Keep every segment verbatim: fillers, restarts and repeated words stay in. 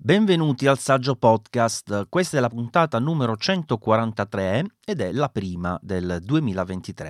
Benvenuti al Saggio Podcast, questa è la puntata numero centoquarantatré ed è la prima del duemilaventitré.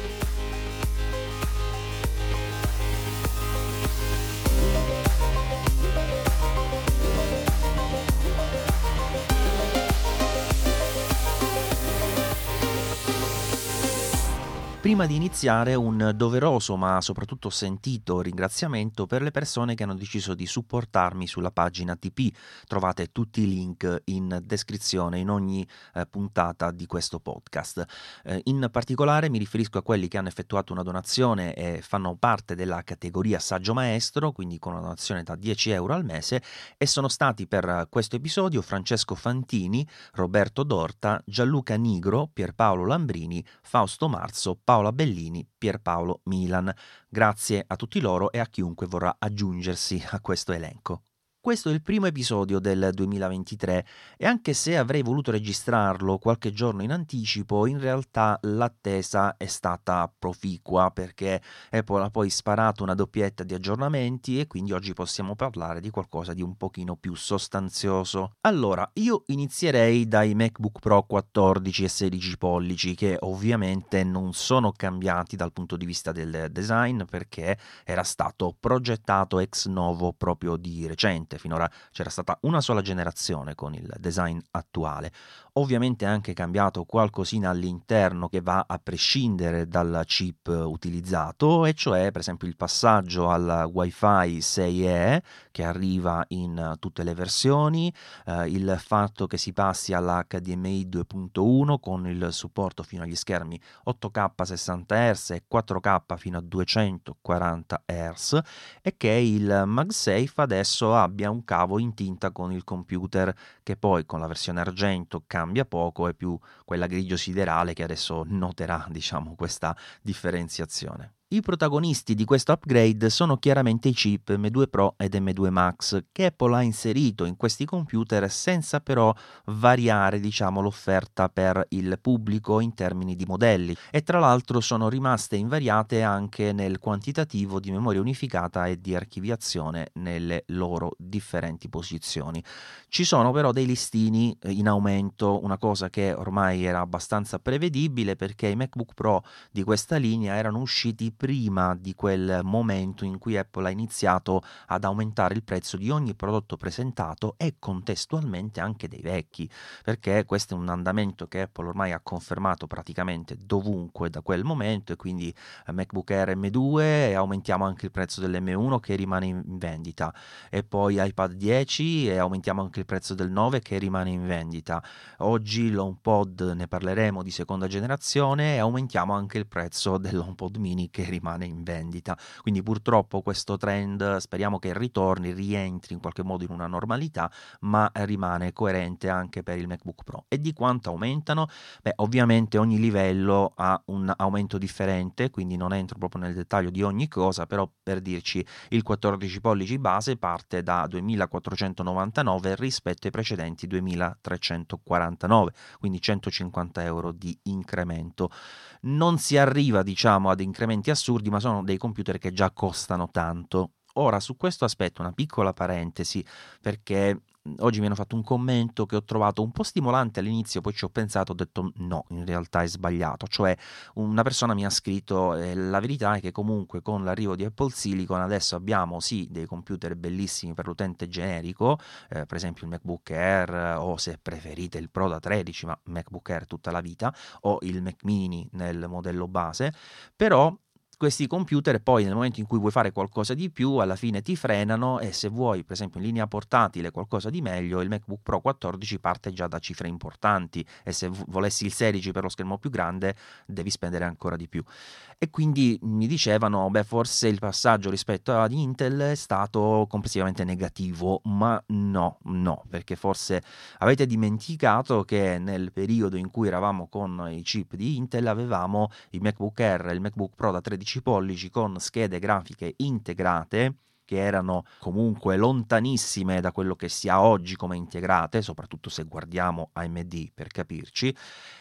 Prima di iniziare un doveroso ma soprattutto sentito ringraziamento per le persone che hanno deciso di supportarmi sulla pagina T P. Trovate tutti i link in descrizione in ogni eh, puntata di questo podcast. Eh, in particolare mi riferisco a quelli che hanno effettuato una donazione e fanno parte della categoria Saggio Maestro, quindi con una donazione da dieci euro al mese, e sono stati per questo episodio Francesco Fantini, Roberto Dorta, Gianluca Nigro, Pierpaolo Lambrini, Fausto Marzo, Paola Bellini, Pierpaolo Milan. Grazie a tutti loro e a chiunque vorrà aggiungersi a questo elenco. Questo è il primo episodio del duemilaventitré e anche se avrei voluto registrarlo qualche giorno in anticipo, in realtà l'attesa è stata proficua perché Apple ha poi sparato una doppietta di aggiornamenti e quindi oggi possiamo parlare di qualcosa di un pochino più sostanzioso. Allora, io inizierei dai MacBook Pro quattordici e sedici pollici che ovviamente non sono cambiati dal punto di vista del design perché era stato progettato ex novo proprio di recente. Finora c'era stata una sola generazione con il design attuale. Ovviamente è anche cambiato qualcosina all'interno che va a prescindere dal chip utilizzato, e cioè per esempio il passaggio al Wi-Fi sei E che arriva in tutte le versioni, eh, il fatto che si passi all'H D M I due punto uno con il supporto fino agli schermi otto K sessanta hertz e quattro K fino a duecentoquaranta hertz, e che il MagSafe adesso abbia un cavo in tinta con il computer, che poi con la versione argento cambia poco, è più quella grigio siderale che adesso noterà, diciamo, questa differenziazione. I protagonisti di questo upgrade sono chiaramente i chip M due Pro ed M due Max che Apple ha inserito in questi computer senza però variare, diciamo, l'offerta per il pubblico in termini di modelli, e tra l'altro sono rimaste invariate anche nel quantitativo di memoria unificata e di archiviazione nelle loro differenti posizioni. Ci sono però dei listini in aumento, una cosa che ormai era abbastanza prevedibile perché i MacBook Pro di questa linea erano usciti prima di quel momento in cui Apple ha iniziato ad aumentare il prezzo di ogni prodotto presentato e contestualmente anche dei vecchi, perché questo è un andamento che Apple ormai ha confermato praticamente dovunque da quel momento, e quindi MacBook Air M due, e aumentiamo anche il prezzo dell'M uno che rimane in vendita, e poi iPad dieci e aumentiamo anche il prezzo del nove che rimane in vendita. Oggi l'HomePod, ne parleremo, di seconda generazione, e aumentiamo anche il prezzo dell'HomePod mini che rimane in vendita. Quindi purtroppo questo trend speriamo che ritorni, rientri in qualche modo in una normalità, ma rimane coerente anche per il MacBook Pro. E di quanto aumentano? Beh, ovviamente ogni livello ha un aumento differente, quindi non entro proprio nel dettaglio di ogni cosa, però per dirci, il quattordici pollici base parte da duemilaquattrocentonovantanove rispetto ai precedenti duemilatrecentoquarantanove, quindi centocinquanta euro di incremento. Non si arriva, diciamo, ad incrementi assurdi, ma sono dei computer che già costano tanto. Ora, su questo aspetto una piccola parentesi, perché oggi mi hanno fatto un commento che ho trovato un po' stimolante all'inizio, poi ci ho pensato, ho detto no, in realtà è sbagliato. Cioè, una persona mi ha scritto eh, la verità è che comunque con l'arrivo di Apple Silicon adesso abbiamo sì dei computer bellissimi per l'utente generico, eh, per esempio il MacBook Air, o se preferite il Pro da tredici, ma MacBook Air tutta la vita, o il Mac Mini nel modello base, però questi computer poi nel momento in cui vuoi fare qualcosa di più alla fine ti frenano, e se vuoi per esempio in linea portatile qualcosa di meglio il MacBook Pro quattordici parte già da cifre importanti, e se volessi il sedici per lo schermo più grande devi spendere ancora di più. E quindi mi dicevano beh, forse il passaggio rispetto ad Intel è stato complessivamente negativo, ma no, no, perché forse avete dimenticato che nel periodo in cui eravamo con i chip di Intel avevamo i MacBook Air e il MacBook Pro da tredici pollici con schede grafiche integrate che erano comunque lontanissime da quello che si ha oggi come integrate, soprattutto se guardiamo A M D per capirci,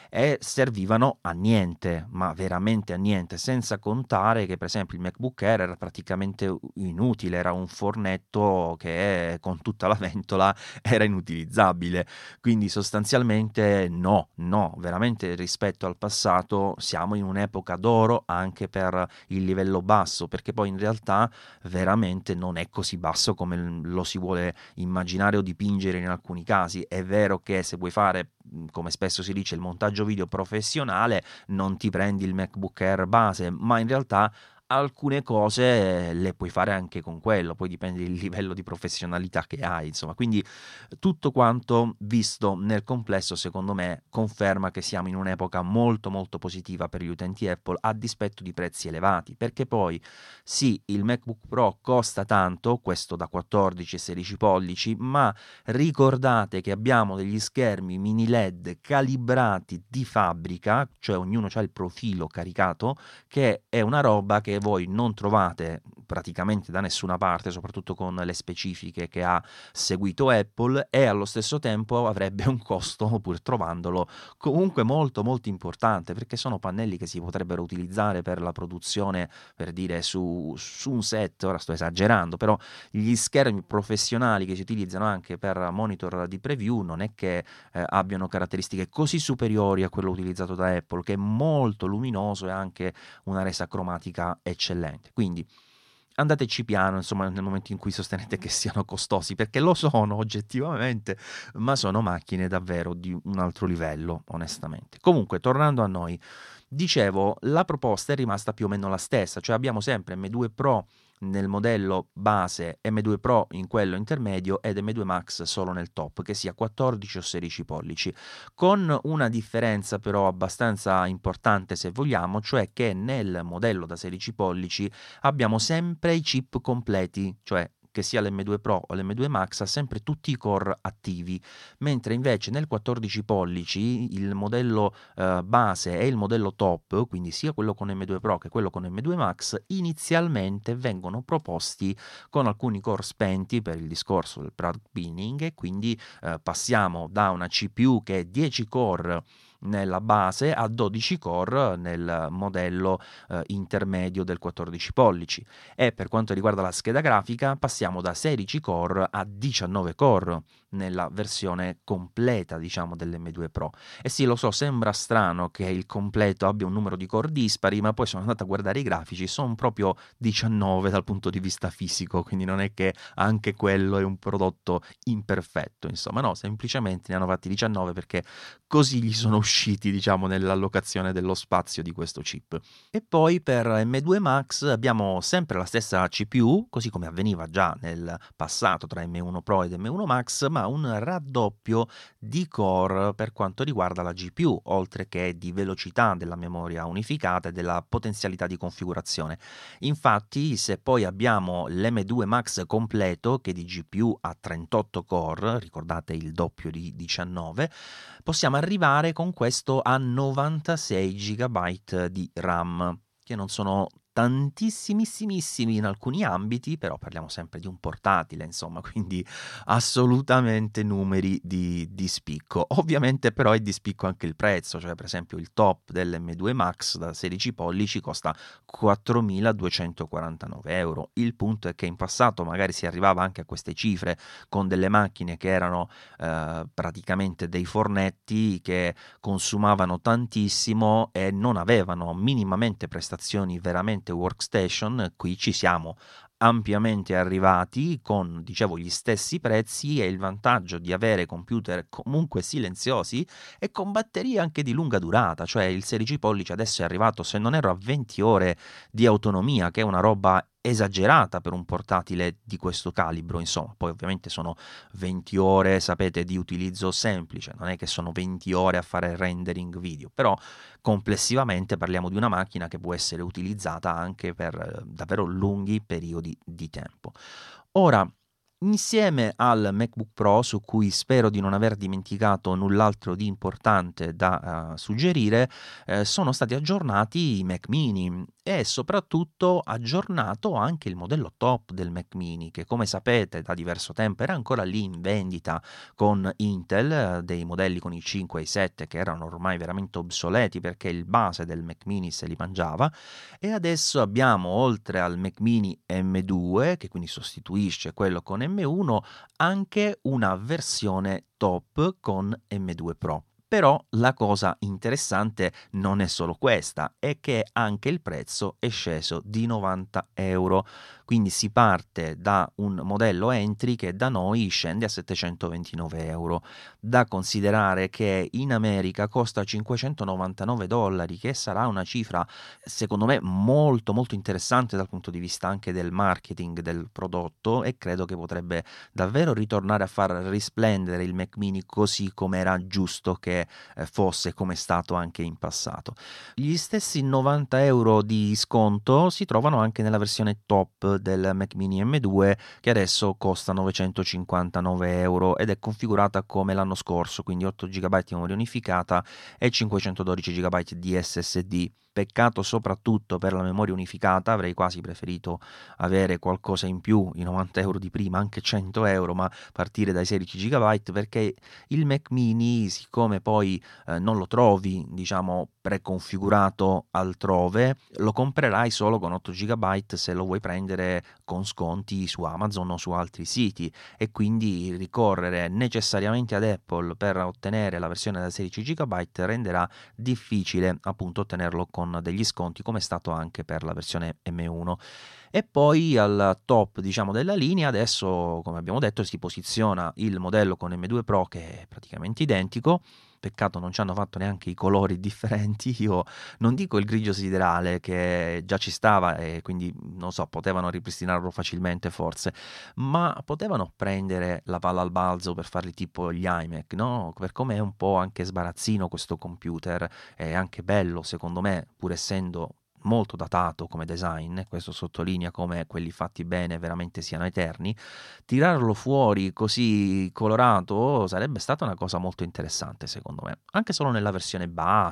e servivano a niente, ma veramente a niente, senza contare che per esempio il MacBook Air era praticamente inutile, era un fornetto che con tutta la ventola era inutilizzabile, quindi sostanzialmente no, no, veramente rispetto al passato siamo in un'epoca d'oro anche per il livello basso, perché poi in realtà veramente non è così basso come lo si vuole immaginare o dipingere in alcuni casi. È vero che se vuoi fare, come spesso si dice, il montaggio video professionale non ti prendi il MacBook Air base, ma in realtà alcune cose le puoi fare anche con quello, poi dipende dal livello di professionalità che hai, insomma. Quindi tutto quanto visto nel complesso, secondo me, conferma che siamo in un'epoca molto molto positiva per gli utenti Apple a dispetto di prezzi elevati, perché poi sì, il MacBook Pro costa tanto, questo da quattordici e sedici pollici, ma ricordate che abbiamo degli schermi mini L E D calibrati di fabbrica, cioè ognuno ha il profilo caricato, che è una roba che voi non trovate praticamente da nessuna parte, soprattutto con le specifiche che ha seguito Apple, e allo stesso tempo avrebbe un costo, pur trovandolo, comunque molto molto importante, perché sono pannelli che si potrebbero utilizzare per la produzione, per dire, su, su un set, ora sto esagerando, però gli schermi professionali che si utilizzano anche per monitor di preview non è che eh, abbiano caratteristiche così superiori a quello utilizzato da Apple, che è molto luminoso e anche una resa cromatica eccellente. Quindi andateci piano, insomma, nel momento in cui sostenete che siano costosi, perché lo sono oggettivamente, ma sono macchine davvero di un altro livello, onestamente. Comunque, tornando a noi, dicevo, la proposta è rimasta più o meno la stessa, cioè abbiamo sempre M due Pro nel modello base, M due Pro in quello intermedio ed M due Max solo nel top, che sia quattordici o sedici pollici, con una differenza però abbastanza importante se vogliamo, cioè che nel modello da sedici pollici abbiamo sempre i chip completi, cioè che sia l'M due Pro o l'M due Max ha sempre tutti i core attivi, mentre invece nel quattordici pollici il modello eh, base e il modello top, quindi sia quello con M due Pro che quello con M due Max, inizialmente vengono proposti con alcuni core spenti per il discorso del product binning, e quindi eh, passiamo da una C P U che è dieci core nella base a dodici core nel modello eh, intermedio del quattordici pollici, e per quanto riguarda la scheda grafica passiamo da sedici core a diciannove core nella versione completa, diciamo, dell'M due Pro. E sì, lo so, sembra strano che il completo abbia un numero di core dispari, ma poi sono andato a guardare i grafici, sono proprio diciannove dal punto di vista fisico, quindi non è che anche quello è un prodotto imperfetto, insomma, no, semplicemente ne hanno fatti diciannove perché così gli sono usciti, diciamo, nell'allocazione dello spazio di questo chip. E poi per M due Max abbiamo sempre la stessa C P U, così come avveniva già nel passato tra M uno Pro ed M uno Max, ma un raddoppio di core per quanto riguarda la G P U, oltre che di velocità della memoria unificata e della potenzialità di configurazione. Infatti, se poi abbiamo l'M due Max completo, che di G P U ha trentotto core, ricordate il doppio di diciannove, possiamo arrivare con questo a novantasei giga di RAM, che non sono tantissimissimissimi in alcuni ambiti, però parliamo sempre di un portatile, insomma, quindi assolutamente numeri di, di spicco. Ovviamente però è di spicco anche il prezzo, cioè per esempio il top dell'M due Max da sedici pollici costa quattromiladuecentoquarantanove euro. Il punto è che in passato magari si arrivava anche a queste cifre con delle macchine che erano eh, praticamente dei fornetti che consumavano tantissimo e non avevano minimamente prestazioni veramente workstation. Qui ci siamo ampiamente arrivati con, dicevo, gli stessi prezzi e il vantaggio di avere computer comunque silenziosi e con batterie anche di lunga durata, cioè il sedici pollici adesso è arrivato, se non erro, a venti ore di autonomia, che è una roba esagerata per un portatile di questo calibro. Insomma, poi ovviamente sono venti ore, sapete, di utilizzo semplice, non è che sono venti ore a fare rendering video, però complessivamente parliamo di una macchina che può essere utilizzata anche per eh, davvero lunghi periodi di tempo. Ora, insieme al MacBook Pro, su cui spero di non aver dimenticato null'altro di importante da uh, suggerire, eh, sono stati aggiornati i Mac Mini, e soprattutto aggiornato anche il modello top del Mac Mini, che come sapete da diverso tempo era ancora lì in vendita con Intel, dei modelli con i cinque e i sette che erano ormai veramente obsoleti perché il base del Mac Mini se li mangiava, e adesso abbiamo, oltre al Mac Mini M due, che quindi sostituisce quello con M uno, anche una versione top con M due Pro. Però la cosa interessante non è solo questa, è che anche il prezzo è sceso di novanta euro, quindi si parte da un modello entry che da noi scende a settecentoventinove euro. Da considerare che in America costa cinquecentonovantanove dollari, che sarà una cifra secondo me molto molto interessante dal punto di vista anche del marketing del prodotto, e credo che potrebbe davvero ritornare a far risplendere il Mac Mini così come era giusto che eh, fosse, come è stato anche in passato. Gli stessi novanta euro di sconto si trovano anche nella versione top del Mac Mini M due, che adesso costa novecentocinquantanove euro ed è configurata come l'anno scorso, quindi otto giga di memoria unificata e cinquecentododici giga di S S D. Peccato soprattutto per la memoria unificata, avrei quasi preferito avere qualcosa in più, i novanta euro di prima, anche cento euro, ma partire dai sedici giga, perché il Mac Mini, siccome poi eh, non lo trovi, diciamo, preconfigurato altrove, lo comprerai solo con otto giga se lo vuoi prendere con sconti su Amazon o su altri siti, e quindi ricorrere necessariamente ad Apple per ottenere la versione da sedici giga renderà difficile appunto ottenerlo con degli sconti, come è stato anche per la versione M uno. E poi al top, diciamo, della linea adesso, come abbiamo detto, si posiziona il modello con M due Pro, che è praticamente identico. Peccato non ci hanno fatto neanche i colori differenti. Io non dico il grigio siderale, che già ci stava e quindi non so, potevano ripristinarlo facilmente forse, ma potevano prendere la palla al balzo per farli tipo gli iMac, no? Per come è un po' anche sbarazzino questo computer, è anche bello secondo me, pur essendo molto datato come design, questo sottolinea come quelli fatti bene veramente siano eterni. Tirarlo fuori così colorato sarebbe stata una cosa molto interessante secondo me, anche solo nella versione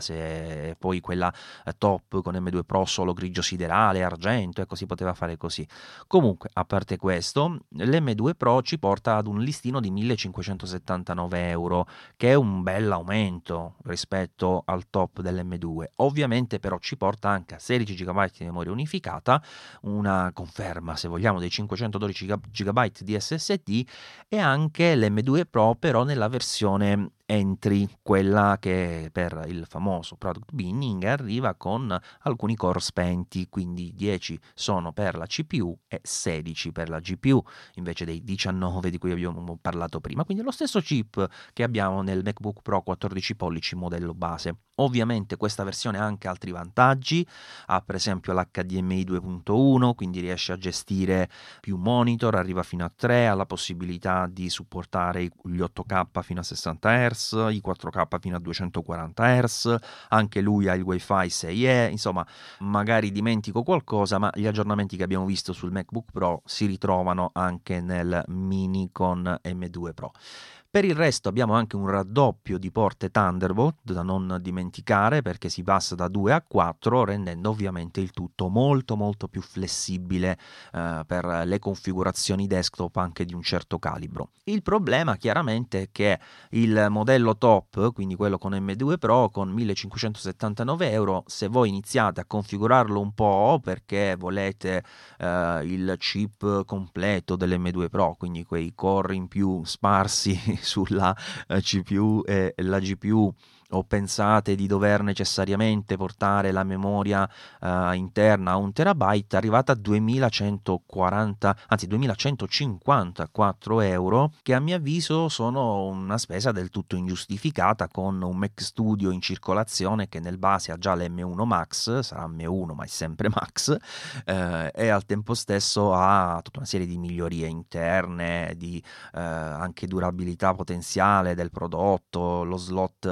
base, poi quella eh, top con M due Pro solo grigio siderale, argento, ecco, si poteva fare così. Comunque, a parte questo, l'M due Pro ci porta ad un listino di millecinquecentosettantanove euro, che è un bel aumento rispetto al top dell'M due. Ovviamente però ci porta anche a sedici giga di memoria unificata, una conferma se vogliamo dei cinquecentododici giga di S S D, e anche l'M due Pro però nella versione entry, quella che per il famoso product binning arriva con alcuni core spenti, quindi dieci sono per la C P U e sedici per la G P U invece dei diciannove di cui abbiamo parlato prima, quindi lo stesso chip che abbiamo nel MacBook Pro quattordici pollici modello base. Ovviamente questa versione ha anche altri vantaggi, ha per esempio l'H D M I due punto uno, quindi riesce a gestire più monitor, arriva fino a tre, ha la possibilità di supportare gli otto K fino a sessanta hertz, i quattro K fino a duecentoquaranta hertz, anche lui ha il Wi-Fi sei E, insomma magari dimentico qualcosa, ma gli aggiornamenti che abbiamo visto sul MacBook Pro si ritrovano anche nel Mini con M due Pro. Per il resto abbiamo anche un raddoppio di porte Thunderbolt da non dimenticare, perché si passa da due a quattro, rendendo ovviamente il tutto molto molto più flessibile eh, per le configurazioni desktop anche di un certo calibro. Il problema chiaramente è che il modello top, quindi quello con M due Pro con millecinquecentosettantanove euro, se voi iniziate a configurarlo un po' perché volete eh, il chip completo dell'M due Pro, quindi quei core in più sparsi sulla eh, C P U e la G P U, o pensate di dover necessariamente portare la memoria uh, interna a un terabyte, arrivata a duemilacentoquaranta, anzi duemilacentocinquantaquattro euro, che a mio avviso sono una spesa del tutto ingiustificata con un Mac Studio in circolazione che nel base ha già l'M uno Max, sarà M uno ma è sempre Max, eh, e al tempo stesso ha tutta una serie di migliorie interne, di eh, anche durabilità potenziale del prodotto, lo slot S D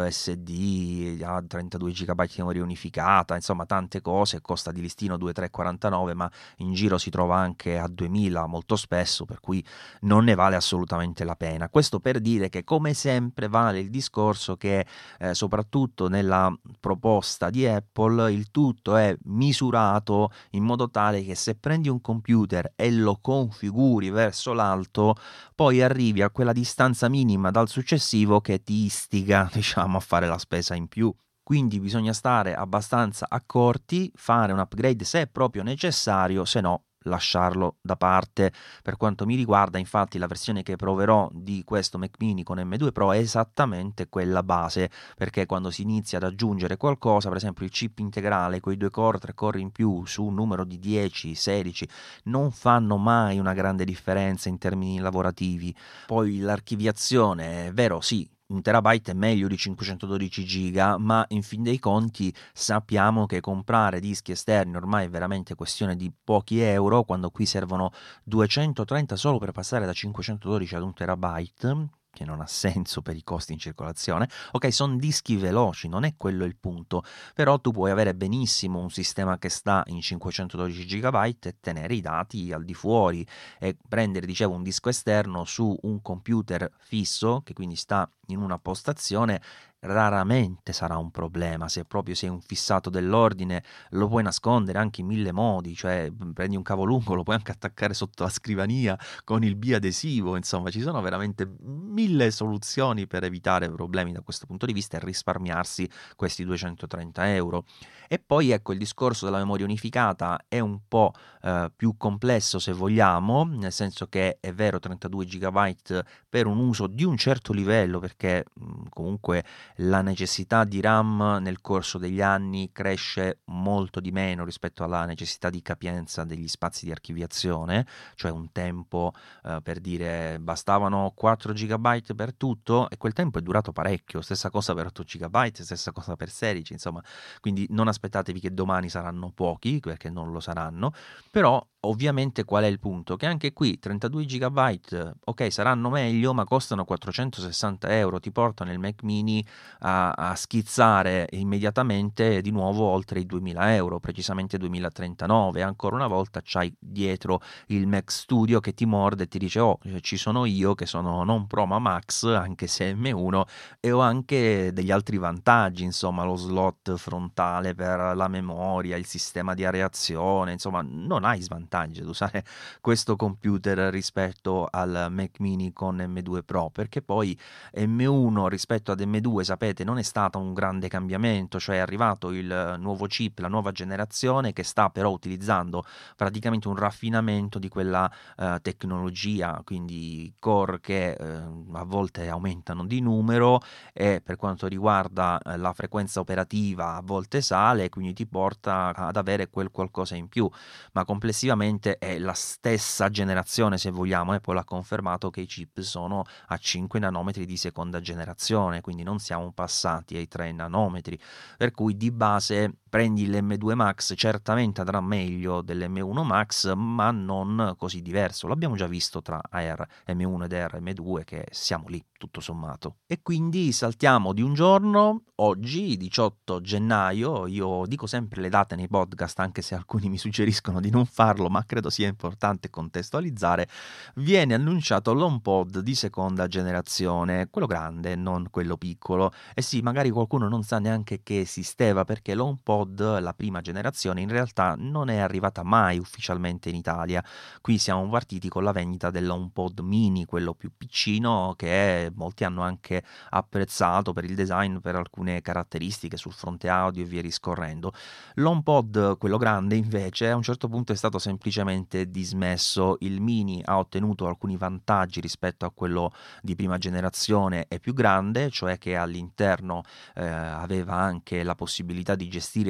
D, ha trentadue giga di memoria unificata, insomma tante cose, costa di listino due tre quarantanove, ma in giro si trova anche a duemila molto spesso, per cui non ne vale assolutamente la pena. Questo per dire che, come sempre, vale il discorso che eh, soprattutto nella proposta di Apple il tutto è misurato in modo tale che se prendi un computer e lo configuri verso l'alto, poi arrivi a quella distanza minima dal successivo che ti istiga, diciamo, a fare la spesa in più. Quindi bisogna stare abbastanza accorti, fare un upgrade se è proprio necessario, se no lasciarlo da parte. Per quanto mi riguarda, infatti, la versione che proverò di questo Mac Mini con M due Pro è esattamente quella base, perché quando si inizia ad aggiungere qualcosa, per esempio il chip integrale con i due core, tre core in più su un numero di dieci, sedici, non fanno mai una grande differenza in termini lavorativi. Poi l'archiviazione, è vero, sì, un terabyte è meglio di cinquecentododici giga, ma in fin dei conti sappiamo che comprare dischi esterni ormai è veramente questione di pochi euro, quando qui servono duecentotrenta solo per passare da cinquecentododici ad un terabyte, che non ha senso per i costi in circolazione. Ok, sono dischi veloci, non è quello il punto, però tu puoi avere benissimo un sistema che sta in cinquecentododici giga e tenere i dati al di fuori e prendere, dicevo, un disco esterno su un computer fisso, che quindi sta in una postazione, raramente sarà un problema. Se proprio sei un fissato dell'ordine, lo puoi nascondere anche in mille modi, cioè prendi un cavo lungo, lo puoi anche attaccare sotto la scrivania con il biadesivo, insomma ci sono veramente mille soluzioni per evitare problemi da questo punto di vista e risparmiarsi questi duecentotrenta euro. E poi ecco, il discorso della memoria unificata è un po' eh, più complesso, se vogliamo, nel senso che è vero, trentadue giga per un uso di un certo livello, perché mh, comunque la necessità di RAM nel corso degli anni cresce molto di meno rispetto alla necessità di capienza degli spazi di archiviazione, cioè un tempo eh, per dire bastavano quattro giga per tutto e quel tempo è durato parecchio, stessa cosa per otto giga, stessa cosa per sedici, insomma, quindi non aspettatevi che domani saranno pochi, perché non lo saranno, però ovviamente qual è il punto? Che anche qui trentadue giga, ok, saranno meglio, ma costano quattrocentosessanta euro, ti portano il Mac Mini a, a schizzare immediatamente di nuovo oltre i duemila euro, precisamente duemilatrentanove. Ancora una volta c'hai dietro il Mac Studio che ti morde e ti dice: oh, ci sono io che sono non Pro ma Max, anche se M uno, e ho anche degli altri vantaggi, insomma, lo slot frontale per la memoria, il sistema di areazione, insomma non hai svantaggi ad usare questo computer rispetto al Mac Mini con M due Pro, perché poi M uno rispetto ad M due, sapete, non è stato un grande cambiamento, cioè è arrivato il nuovo chip, la nuova generazione, che sta però utilizzando praticamente un raffinamento di quella eh, tecnologia, quindi core che eh, a volte aumentano di numero, e per quanto riguarda eh, la frequenza operativa a volte sale, quindi ti porta ad avere quel qualcosa in più, ma complessivamente è la stessa generazione, se vogliamo. Apple ha confermato che i chip sono a cinque nanometri di seconda generazione, quindi non siamo passati ai tre nanometri, per cui di base prendi l'M due Max, certamente andrà meglio dell'M uno Max, ma non così diverso. L'abbiamo già visto tra Air M uno ed Air M due, che siamo lì tutto sommato. E quindi saltiamo di un giorno, oggi diciotto gennaio, io dico sempre le date nei podcast anche se alcuni mi suggeriscono di non farlo, ma credo sia importante contestualizzare. Viene annunciato l'HomePod di seconda generazione, quello grande, non quello piccolo. E sì, magari qualcuno non sa neanche che esisteva, perché l'HomePod, la prima generazione, in realtà non è arrivata mai ufficialmente in Italia. Qui siamo partiti con la vendita dell'HomePod mini, quello più piccino, che molti hanno anche apprezzato per il design, per alcune caratteristiche sul fronte audio e via discorrendo. L'HomePod, quello grande, invece, a un certo punto è stato semplicemente dismesso. Il mini ha ottenuto alcuni vantaggi rispetto a quello di prima generazione e più grande, cioè che all'interno eh, aveva anche la possibilità di gestire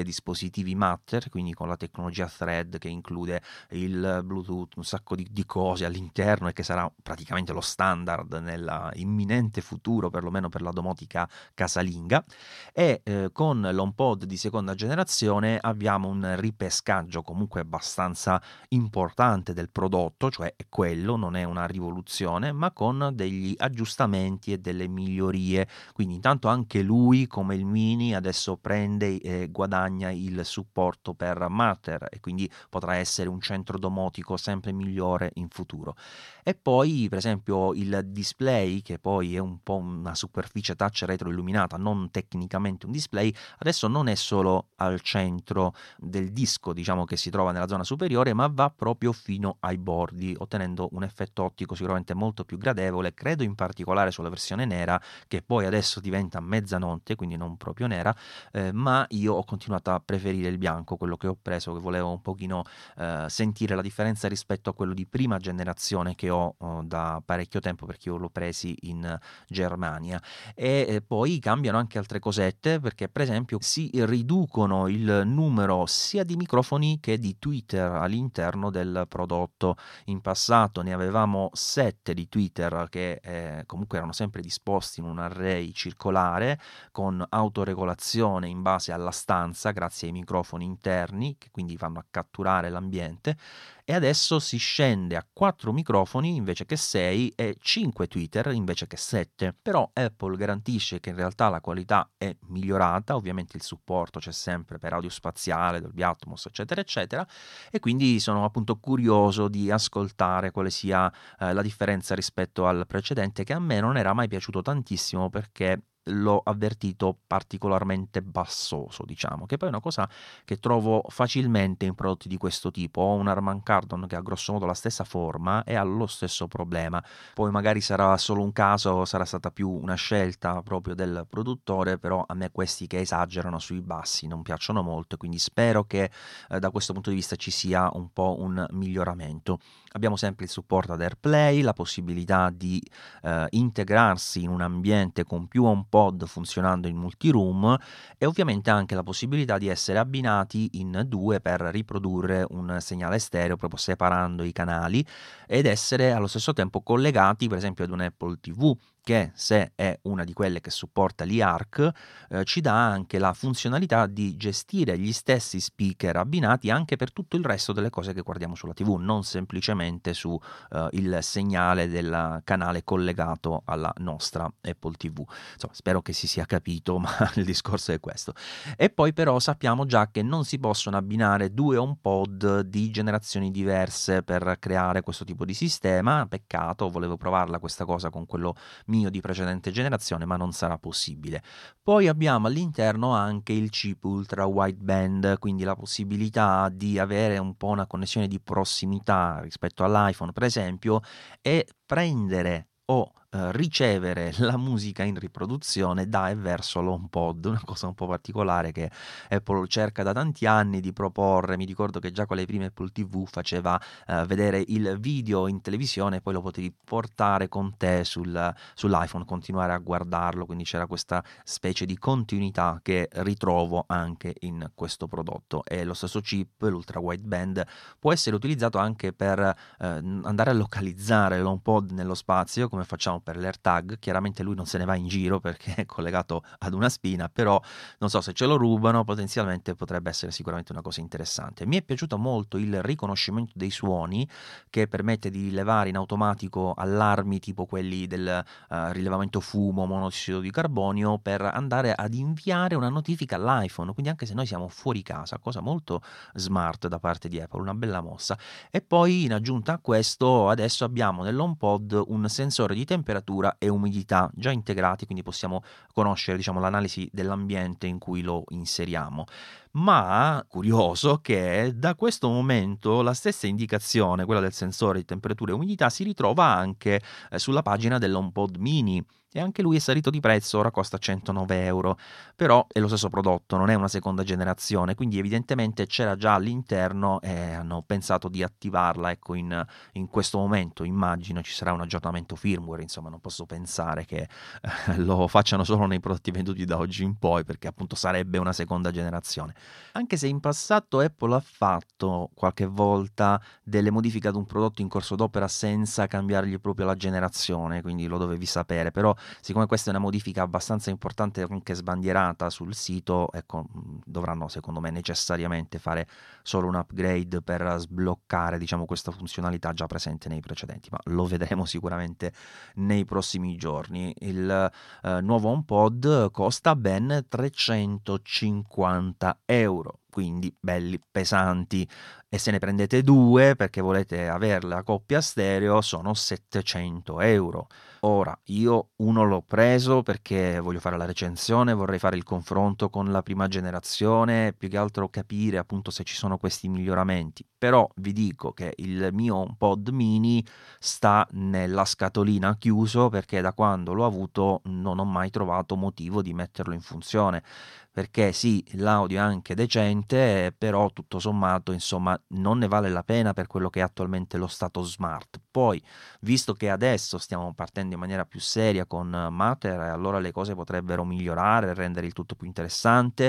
dispositivi Matter, quindi con la tecnologia Thread che include il Bluetooth, un sacco di, di cose all'interno e che sarà praticamente lo standard nell'imminente futuro, perlomeno per la domotica casalinga. E eh, con l'HomePod di seconda generazione abbiamo un ripescaggio comunque abbastanza importante del prodotto, cioè è quello, non è una rivoluzione, ma con degli aggiustamenti e delle migliorie. Quindi intanto anche lui, come il Mini, adesso prende e guadagna il supporto per Matter e quindi potrà essere un centro domotico sempre migliore in futuro. E poi per esempio il display, che poi è un po' una superficie touch retroilluminata, non tecnicamente un display, adesso non è solo al centro del disco, diciamo, che si trova nella zona superiore, ma va proprio fino ai bordi, ottenendo un effetto ottico sicuramente molto più gradevole, credo in particolare sulla versione nera, che poi adesso diventa mezzanotte, quindi non proprio nera, eh, ma io ho continuato a preferire il bianco, quello che ho preso, che volevo un pochino eh, sentire la differenza rispetto a quello di prima generazione che ho oh, da parecchio tempo, perché io l'ho presi in Germania. E eh, poi cambiano anche altre cosette, perché per esempio si riducono il numero sia di microfoni che di tweeter all'interno del prodotto. In passato ne avevamo sette di tweeter che eh, comunque erano sempre disposti in un array circolare con autoregolazione in base alla stanza grazie ai microfoni interni che quindi vanno a catturare l'ambiente, e adesso si scende a quattro microfoni invece che sei e cinque tweeter invece che sette. Però Apple garantisce che in realtà la qualità è migliorata, ovviamente il supporto c'è sempre per audio spaziale, Dolby Atmos eccetera eccetera, e quindi sono appunto curioso di ascoltare quale sia eh, la differenza rispetto al precedente, che a me non era mai piaciuto tantissimo perché l'ho avvertito particolarmente bassoso, diciamo, che poi è una cosa che trovo facilmente in prodotti di questo tipo. Ho un Harman Kardon che ha grosso modo la stessa forma e ha lo stesso problema, poi magari sarà solo un caso, sarà stata più una scelta proprio del produttore, però a me questi che esagerano sui bassi non piacciono molto, quindi spero che eh, da questo punto di vista ci sia un po' un miglioramento. Abbiamo sempre il supporto ad AirPlay, la possibilità di eh, integrarsi in un ambiente con più HomePod funzionando in multiroom, e ovviamente anche la possibilità di essere abbinati in due per riprodurre un segnale stereo proprio separando i canali ed essere allo stesso tempo collegati per esempio ad un Apple ti vu, che se è una di quelle che supporta l'I A R C eh, ci dà anche la funzionalità di gestire gli stessi speaker abbinati anche per tutto il resto delle cose che guardiamo sulla ti vu, non semplicemente su eh, il segnale del canale collegato alla nostra Apple ti vu. Insomma, spero che si sia capito, ma il discorso è questo. E poi però sappiamo già che non si possono abbinare due HomePod di generazioni diverse per creare questo tipo di sistema. Peccato, volevo provarla questa cosa con quello mio di precedente generazione, ma non sarà possibile. Poi abbiamo all'interno anche il chip ultra wideband, quindi la possibilità di avere un po' una connessione di prossimità rispetto all'iPhone per esempio, e prendere o eh, ricevere la musica in riproduzione da e verso l'HomePod, una cosa un po' particolare che Apple cerca da tanti anni di proporre. Mi ricordo che già con le prime Apple ti vu faceva eh, vedere il video in televisione e poi lo potevi portare con te sul, sull'iPhone, continuare a guardarlo, quindi c'era questa specie di continuità che ritrovo anche in questo prodotto. E lo stesso chip, l'ultra wideband, può essere utilizzato anche per eh, andare a localizzare l'HomePod nello spazio, come facciamo per l'AirTag. Chiaramente lui non se ne va in giro perché è collegato ad una spina, però non so, se ce lo rubano potenzialmente potrebbe essere sicuramente una cosa interessante. Mi è piaciuto molto il riconoscimento dei suoni, che permette di rilevare in automatico allarmi tipo quelli del uh, rilevamento fumo, monossido di carbonio, per andare ad inviare una notifica all'iPhone, quindi anche se noi siamo fuori casa, cosa molto smart da parte di Apple, una bella mossa. E poi in aggiunta a questo adesso abbiamo nell'HomePod un sensore di temperatura e umidità già integrati, quindi possiamo conoscere, diciamo, l'analisi dell'ambiente in cui lo inseriamo. Ma curioso che da questo momento la stessa indicazione, quella del sensore di temperatura e umidità, si ritrova anche eh, sulla pagina dell'HomePod mini, e anche lui è salito di prezzo, ora costa centonove euro, però è lo stesso prodotto, non è una seconda generazione, quindi evidentemente c'era già all'interno e hanno pensato di attivarla, ecco, in, in questo momento. Immagino ci sarà un aggiornamento firmware, insomma non posso pensare che eh, lo facciano solo nei prodotti venduti da oggi in poi, perché appunto sarebbe una seconda generazione. Anche se in passato Apple ha fatto qualche volta delle modifiche ad un prodotto in corso d'opera senza cambiargli proprio la generazione, quindi lo dovevi sapere, però siccome questa è una modifica abbastanza importante, anche sbandierata sul sito, ecco, dovranno secondo me necessariamente fare solo un upgrade per sbloccare, diciamo, questa funzionalità già presente nei precedenti, ma lo vedremo sicuramente nei prossimi giorni. Il eh, nuovo HomePod costa ben trecentocinquanta euro, quindi belli pesanti, e se ne prendete due perché volete avere la coppia stereo sono settecento euro. Ora, io uno l'ho preso perché voglio fare la recensione, vorrei fare il confronto con la prima generazione, più che altro capire appunto se ci sono questi miglioramenti, però vi dico che il mio HomePod mini sta nella scatolina chiuso perché da quando l'ho avuto non ho mai trovato motivo di metterlo in funzione, perché sì, l'audio è anche decente, però tutto sommato, insomma, non ne vale la pena per quello che è attualmente lo stato smart. Poi, visto che adesso stiamo partendo in maniera più seria con Matter, allora le cose potrebbero migliorare, rendere il tutto più interessante,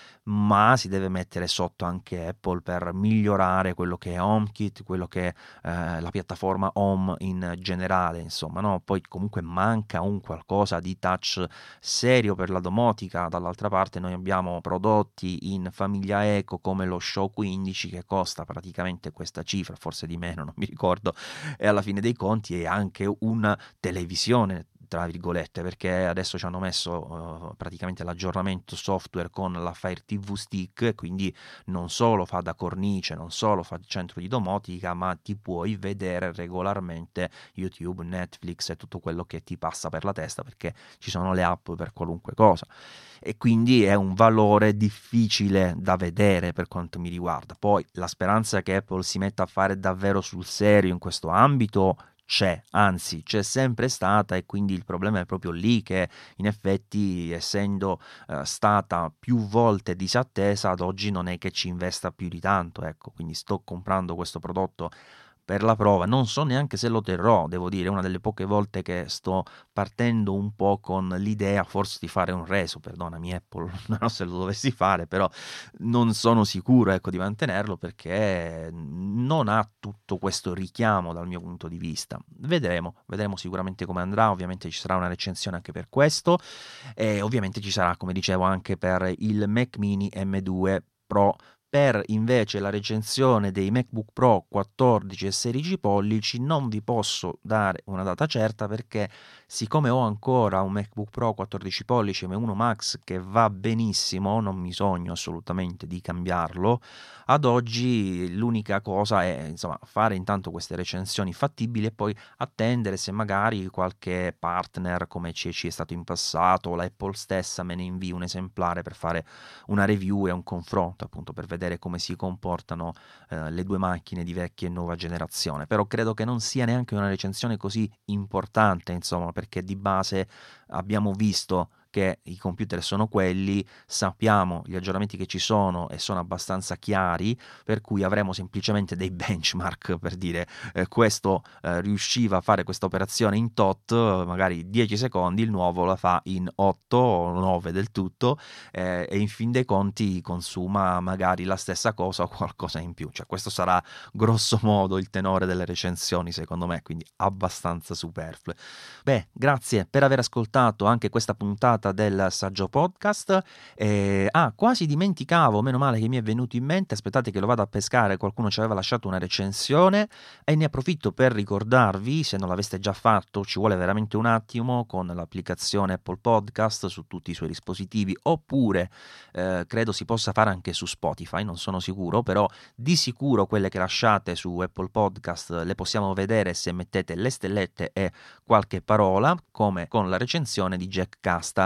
ma si deve mettere sotto anche Apple per migliorare quello che è HomeKit, quello che è eh, la piattaforma Home in generale, insomma, no? Poi comunque manca un qualcosa di touch serio per la domotica. Dall'altra parte noi abbiamo prodotti in famiglia eco come lo Show quindici che costa praticamente questa cifra, forse di meno, non mi ricordo, e alla fine dei conti è anche una televisione, tra virgolette, perché adesso ci hanno messo uh, praticamente l'aggiornamento software con la Fire ti vu Stick, quindi non solo fa da cornice, non solo fa centro di domotica, ma ti puoi vedere regolarmente YouTube, Netflix e tutto quello che ti passa per la testa, perché ci sono le app per qualunque cosa, e quindi è un valore difficile da vedere per quanto mi riguarda. Poi la speranza che Apple si metta a fare davvero sul serio in questo ambito c'è, anzi c'è sempre stata, e quindi il problema è proprio lì, che in effetti, essendo eh, stata più volte disattesa, ad oggi non è che ci investa più di tanto, ecco, quindi sto comprando questo prodotto per la prova, non so neanche se lo terrò, devo dire, è una delle poche volte che sto partendo un po' con l'idea forse di fare un reso, perdonami Apple, non so se lo dovessi fare, però non sono sicuro, ecco, di mantenerlo perché non ha tutto questo richiamo dal mio punto di vista. Vedremo, vedremo sicuramente come andrà, ovviamente ci sarà una recensione anche per questo, e ovviamente ci sarà, come dicevo, anche per il Mac Mini M due Pro. Per invece la recensione dei MacBook Pro quattordici e sedici pollici non vi posso dare una data certa, perché siccome ho ancora un MacBook Pro quattordici pollici M uno Max che va benissimo, non mi sogno assolutamente di cambiarlo, ad oggi l'unica cosa è, insomma, fare intanto queste recensioni fattibili e poi attendere se magari qualche partner come ci è stato in passato o la Apple stessa me ne invii un esemplare per fare una review e un confronto, appunto, per vedere come si comportano eh, le due macchine di vecchia e nuova generazione. Però credo che non sia neanche una recensione così importante, insomma, perché di base abbiamo visto che i computer sono quelli, sappiamo gli aggiornamenti che ci sono e sono abbastanza chiari, per cui avremo semplicemente dei benchmark per dire eh, questo eh, riusciva a fare questa operazione in tot, magari dieci secondi, il nuovo la fa in otto o nove del tutto, eh, e in fin dei conti consuma magari la stessa cosa o qualcosa in più. Cioè, questo sarà grosso modo il tenore delle recensioni, secondo me, quindi abbastanza superflue. Beh, grazie per aver ascoltato anche questa puntata del Saggio Podcast. Eh, ah, quasi dimenticavo, meno male che mi è venuto in mente, aspettate che lo vado a pescare, qualcuno ci aveva lasciato una recensione e ne approfitto per ricordarvi, se non l'aveste già fatto, ci vuole veramente un attimo con l'applicazione Apple Podcast su tutti i suoi dispositivi, oppure eh, credo si possa fare anche su Spotify, non sono sicuro, però di sicuro quelle che lasciate su Apple Podcast le possiamo vedere se mettete le stellette e qualche parola, come con la recensione di Jack Casta.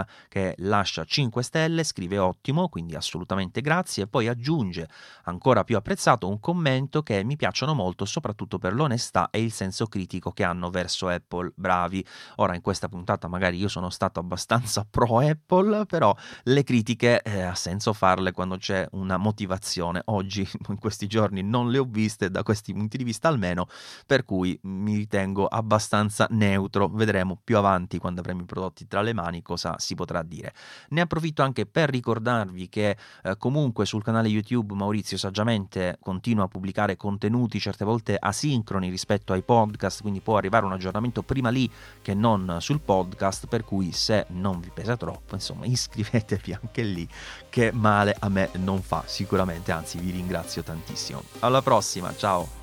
che lascia cinque stelle, scrive ottimo, quindi assolutamente grazie, e poi aggiunge, ancora più apprezzato, un commento che mi piacciono molto, soprattutto per l'onestà e il senso critico che hanno verso Apple. Bravi. Ora in questa puntata magari io sono stato abbastanza pro Apple, però le critiche eh, ha senso farle quando c'è una motivazione. Oggi, in questi giorni, non le ho viste da questi punti di vista almeno, per cui mi ritengo abbastanza neutro. Vedremo più avanti, quando avremo i prodotti tra le mani, cosa si potrà dire. Ne approfitto anche per ricordarvi che eh, comunque sul canale YouTube Maurizio saggiamente continua a pubblicare contenuti certe volte asincroni rispetto ai podcast, quindi può arrivare un aggiornamento prima lì che non sul podcast, per cui se non vi pesa troppo, insomma, iscrivetevi anche lì, che male a me non fa sicuramente, anzi vi ringrazio tantissimo. Alla prossima, ciao!